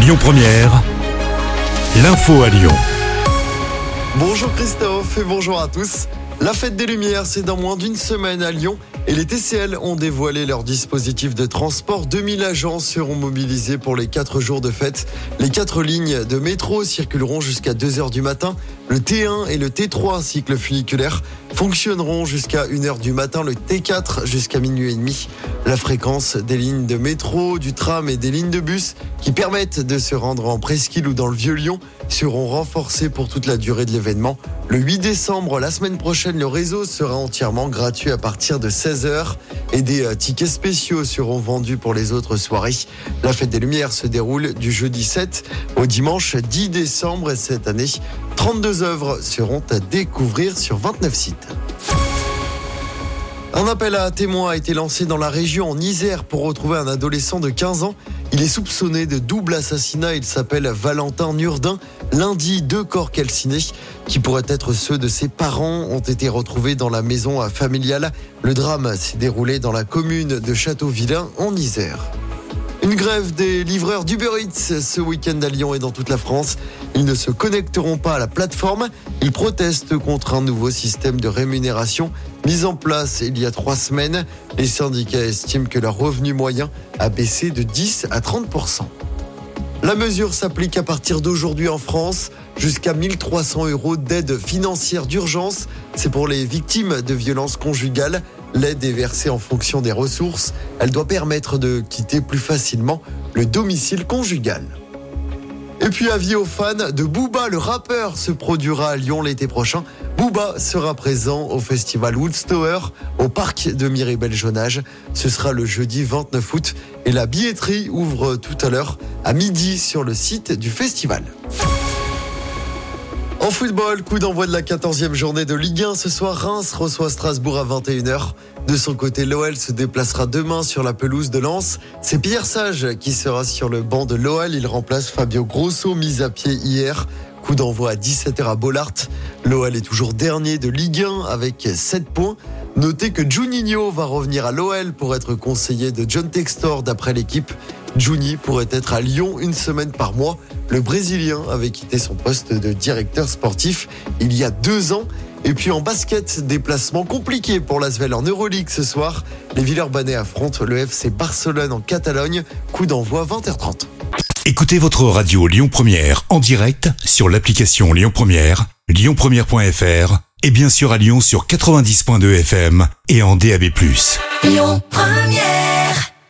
Lyon Première, l'info à Lyon. Bonjour Christophe et bonjour à tous. La fête des Lumières, c'est dans moins d'une semaine à Lyon et les TCL ont dévoilé leur dispositif de transport. 2000 agents seront mobilisés pour les 4 jours de fête. Les 4 lignes de métro circuleront jusqu'à 2h du matin. Le T1 et le T3 ainsi que le funiculaire fonctionneront jusqu'à 1h du matin. Le T4 jusqu'à minuit et demi. La fréquence des lignes de métro, du tram et des lignes de bus qui permettent de se rendre en Presqu'île ou dans le Vieux-Lyon seront renforcées pour toute la durée de l'événement. Le 8 décembre, la semaine prochaine, le réseau sera entièrement gratuit à partir de 16h et des tickets spéciaux seront vendus pour les autres soirées. La fête des Lumières se déroule du jeudi 7 au dimanche 10 décembre et cette année, 32 œuvres seront à découvrir sur 29 sites. Un appel à témoins a été lancé dans la région en Isère pour retrouver un adolescent de 15 ans. Il est soupçonné de double assassinat. Il s'appelle Valentin Nurdin. Lundi, 2 corps calcinés, qui pourraient être ceux de ses parents, ont été retrouvés dans la maison familiale. Le drame s'est déroulé dans la commune de Châteauvillain en Isère. Une grève des livreurs d'Uber Eats ce week-end à Lyon et dans toute la France. Ils ne se connecteront pas à la plateforme. Ils protestent contre un nouveau système de rémunération mis en place il y a 3 semaines. Les syndicats estiment que leur revenu moyen a baissé de 10 à 30%. La mesure s'applique à partir d'aujourd'hui en France. Jusqu'à 1 300 € d'aide financière d'urgence. C'est pour les victimes de violences conjugales. L'aide est versée en fonction des ressources. Elle doit permettre de quitter plus facilement le domicile conjugal. Et puis avis aux fans de Booba, le rappeur se produira à Lyon l'été prochain. Booba sera présent au festival Woodstower au parc de Miribel-Jonage. Ce sera le jeudi 29 août et la billetterie ouvre tout à l'heure à midi sur le site du festival. En football, coup d'envoi de la 14e journée de Ligue 1. Ce soir, Reims reçoit Strasbourg à 21h. De son côté, l'OL se déplacera demain sur la pelouse de Lens. C'est Pierre Sage qui sera sur le banc de l'OL. Il remplace Fabio Grosso, mis à pied hier. Coup d'envoi à 17h à Bollaert. L'OL est toujours dernier de Ligue 1 avec 7 points. Notez que Juninho va revenir à l'OL pour être conseiller de John Textor d'après l'équipe. Juni pourrait être à Lyon une semaine par mois. Le Brésilien avait quitté son poste de directeur sportif il y a 2 ans. Et puis en basket, déplacement compliqué pour l'Asvel en Euroleague ce soir. Les Villeurbanais affrontent le FC Barcelone en Catalogne. Coup d'envoi 20h30. Écoutez votre radio Lyon Première en direct sur l'application Lyon Première, lyonpremière.fr et bien sûr à Lyon sur 90.2 FM et en DAB+. Lyon Première.